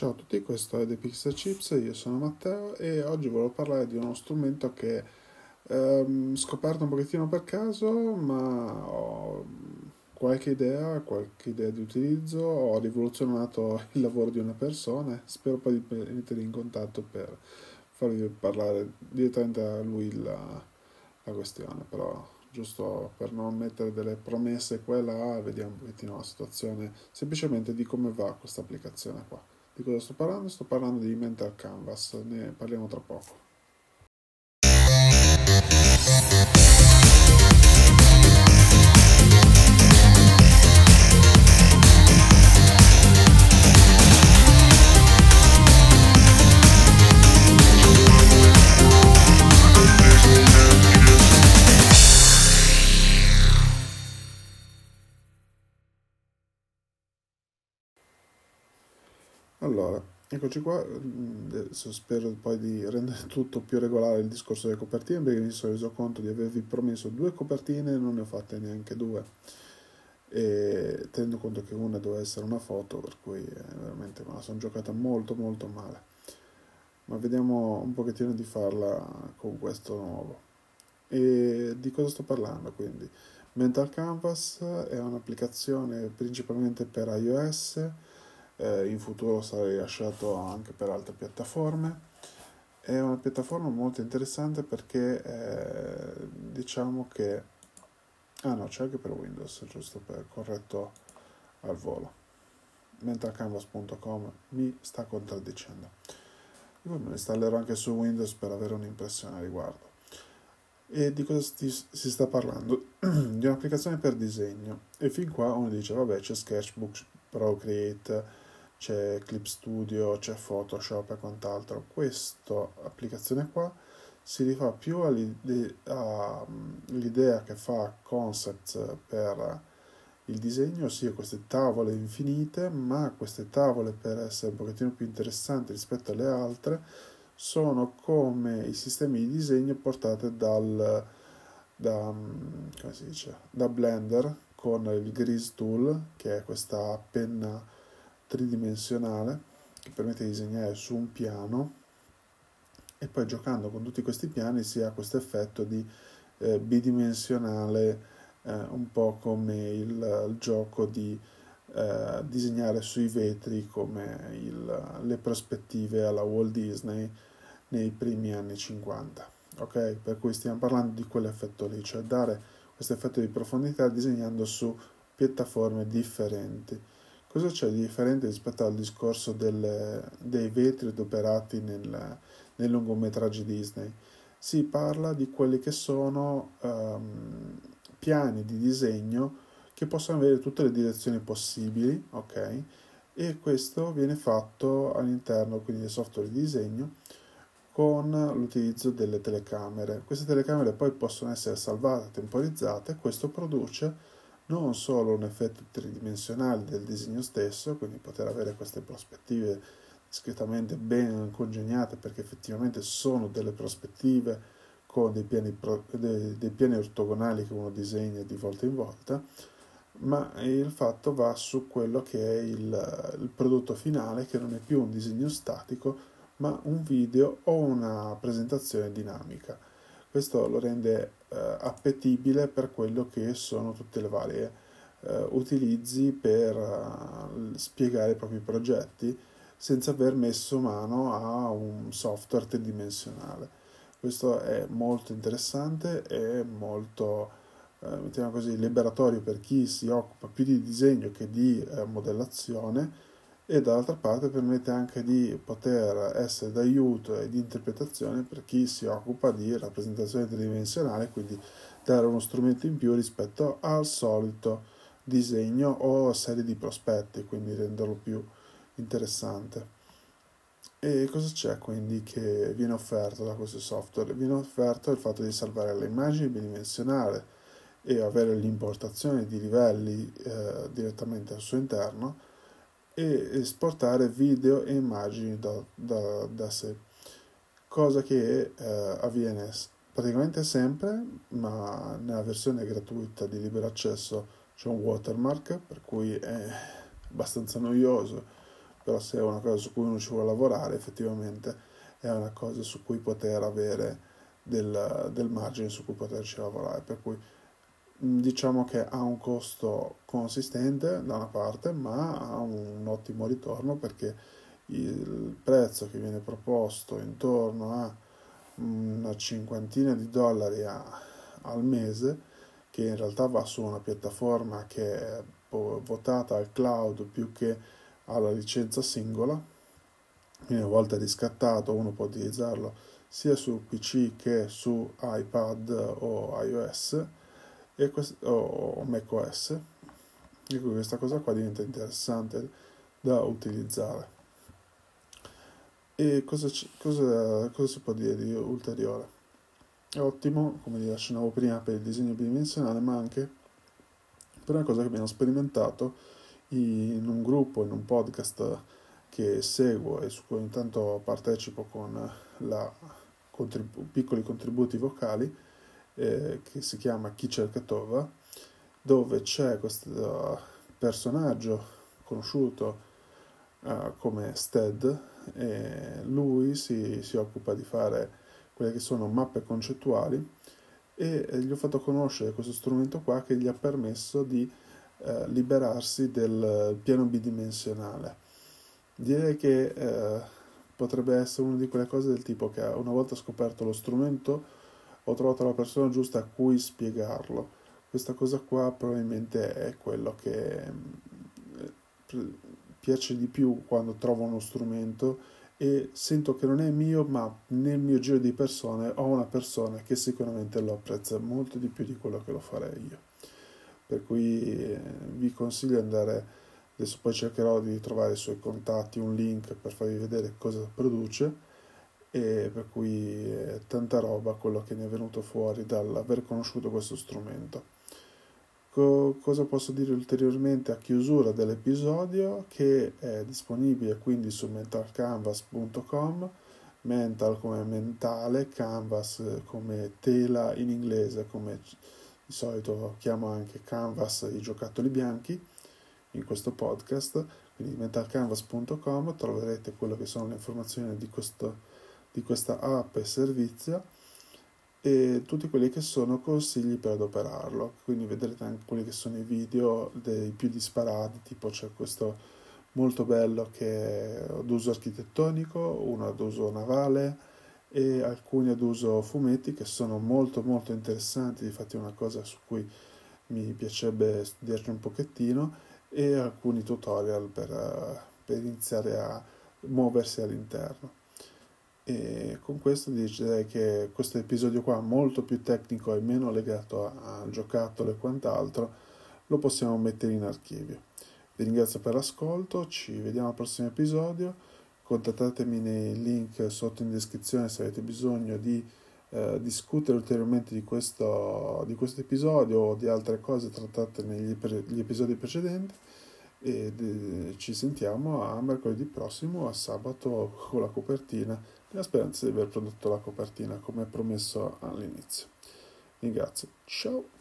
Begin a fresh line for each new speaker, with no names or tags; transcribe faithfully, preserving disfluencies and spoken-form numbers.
Ciao a tutti, questo è The Pixel Chips, io sono Matteo e oggi volevo parlare di uno strumento che ehm, ho scoperto un pochettino per caso, ma ho qualche idea, qualche idea di utilizzo, ho rivoluzionato il lavoro di una persona, spero poi di mettere in contatto per farvi parlare direttamente a lui la, la questione, però giusto per non mettere delle promesse qua e là, vediamo un pochettino la situazione, semplicemente di come va questa applicazione qua. Di cosa sto parlando? Sto parlando di Mental Canvas, ne parliamo tra poco. Allora, eccoci qua, adesso spero poi di rendere tutto più regolare il discorso delle copertine, perché mi sono reso conto di avervi promesso due copertine e non ne ho fatte neanche due, e tenendo conto che una doveva essere una foto, per cui eh, veramente me la sono giocata molto molto male. Ma vediamo un pochettino di farla con questo nuovo. E di cosa sto parlando quindi? Mental Canvas è un'applicazione principalmente per iOS, eh, in futuro sarà rilasciato anche per altre piattaforme. È una piattaforma molto interessante perché eh, diciamo che... Ah no, c'è anche per Windows, giusto per corretto al volo. mental canvas punto com mi sta contraddicendo. Io me lo installerò anche su Windows per avere un'impressione a riguardo. E di cosa sti, si sta parlando? Di un'applicazione per disegno. E fin qua uno dice, vabbè, c'è Sketchbook, Procreate, c'è Clip Studio, c'è Photoshop e quant'altro. Questa applicazione qua si rifà più all'idea che fa Concepts per il disegno, ossia queste tavole infinite, ma queste tavole, per essere un pochettino più interessanti rispetto alle altre, sono come i sistemi di disegno portati dal, da, come si dice, da Blender con il Grease Tool, che è questa penna tridimensionale che permette di disegnare su un piano, e poi giocando con tutti questi piani si ha questo effetto di eh, bidimensionale, eh, un po' come il, il gioco di eh, disegnare sui vetri, come il, le prospettive alla Walt Disney nei primi anni cinquanta. Ok? Per cui stiamo parlando di quell'effetto lì, cioè dare questo effetto di profondità disegnando su piattaforme differenti. Cosa c'è di differente rispetto al discorso del, dei vetri adoperati nel, nei lungometraggi Disney? Si parla di quelli che sono um, piani di disegno che possono avere tutte le direzioni possibili, ok? E questo viene fatto all'interno quindi del software di disegno con l'utilizzo delle telecamere. Queste telecamere poi possono essere salvate, temporizzate, e questo produce non solo un effetto tridimensionale del disegno stesso, quindi poter avere queste prospettive discretamente ben congegnate, perché effettivamente sono delle prospettive con dei piani, dei, dei piani ortogonali che uno disegna di volta in volta, ma il fatto va su quello che è il, il prodotto finale, che non è più un disegno statico, ma un video o una presentazione dinamica. Questo lo rende eh, appetibile per quello che sono tutte le varie eh, utilizzi per uh, spiegare i propri progetti senza aver messo mano a un software tridimensionale. Questo è molto interessante e molto, eh, mettiamo così, liberatorio per chi si occupa più di disegno che di eh, modellazione, e dall'altra parte permette anche di poter essere d'aiuto e di interpretazione per chi si occupa di rappresentazione tridimensionale, quindi dare uno strumento in più rispetto al solito disegno o serie di prospetti, quindi renderlo più interessante. E cosa c'è quindi che viene offerto da questo software? Viene offerto il fatto di salvare le immagini bidimensionali e avere l'importazione di livelli eh, direttamente al suo interno, e esportare video e immagini da, da, da sé, cosa che eh, avviene praticamente sempre, ma nella versione gratuita di libero accesso c'è un watermark, per cui è abbastanza noioso però se è una cosa su cui uno ci vuole lavorare, effettivamente è una cosa su cui poter avere del, del margine su cui poterci lavorare, per cui diciamo che ha un costo consistente da una parte, ma ha un ottimo ritorno perché il prezzo che viene proposto intorno a una cinquantina di dollari a, al mese, che in realtà va su una piattaforma che è votata al cloud più che alla licenza singola, quindi una volta riscattato uno può utilizzarlo sia su P C che su iPad o iOS e quest- o macOS, e questa cosa qua diventa interessante da utilizzare. E cosa, cosa, cosa si può dire di ulteriore? È ottimo, come vi accennavo prima, per il disegno bidimensionale, ma anche per una cosa che abbiamo sperimentato in un gruppo, in un podcast che seguo e su cui ogni tanto partecipo con la contribu- piccoli contributi vocali, eh, che si chiama Chi cerca Tova, dove c'è questo personaggio conosciuto uh, come Stead, e lui si, si occupa di fare quelle che sono mappe concettuali, e gli ho fatto conoscere questo strumento qua che gli ha permesso di eh, liberarsi del piano bidimensionale. Direi che eh, potrebbe essere una di quelle cose del tipo che una volta scoperto lo strumento ho trovato la persona giusta a cui spiegarlo. Questa cosa qua probabilmente è quello che eh, piace di più quando trovo uno strumento e sento che non è mio, ma nel mio giro di persone ho una persona che sicuramente lo apprezza molto di più di quello che lo farei io. Per cui eh, vi consiglio di andare, adesso poi cercherò di trovare i suoi contatti, un link per farvi vedere cosa produce, e per cui è tanta roba quello che ne è venuto fuori dall'aver conosciuto questo strumento. Co- cosa posso dire ulteriormente a chiusura dell'episodio? Che è disponibile quindi su mental canvas punto com, mental come mentale, canvas come tela in inglese, come di solito chiamo anche canvas i giocattoli bianchi in questo podcast, quindi mental canvas punto com troverete quello che sono le informazioni di, questo, di questa app e servizio e tutti quelli che sono consigli per adoperarlo, quindi vedrete anche quelli che sono i video dei più disparati, tipo c'è questo molto bello che è ad uso architettonico, uno ad uso navale e alcuni ad uso fumetti che sono molto molto interessanti, infatti è una cosa su cui mi piacerebbe studiarci un pochettino, e alcuni tutorial per, per iniziare a muoversi all'interno. E con questo direi che questo episodio qua, molto più tecnico e meno legato a giocattolo e quant'altro, lo possiamo mettere in archivio. Vi ringrazio per l'ascolto, ci vediamo al prossimo episodio, contattatemi nei link sotto in descrizione se avete bisogno di eh, discutere ulteriormente di questo, di questo episodio o di altre cose trattate negli gli episodi precedenti, e de- ci sentiamo a mercoledì prossimo, a sabato, con la copertina, nella speranza di aver prodotto la copertina come promesso all'inizio. Ringrazio, ciao!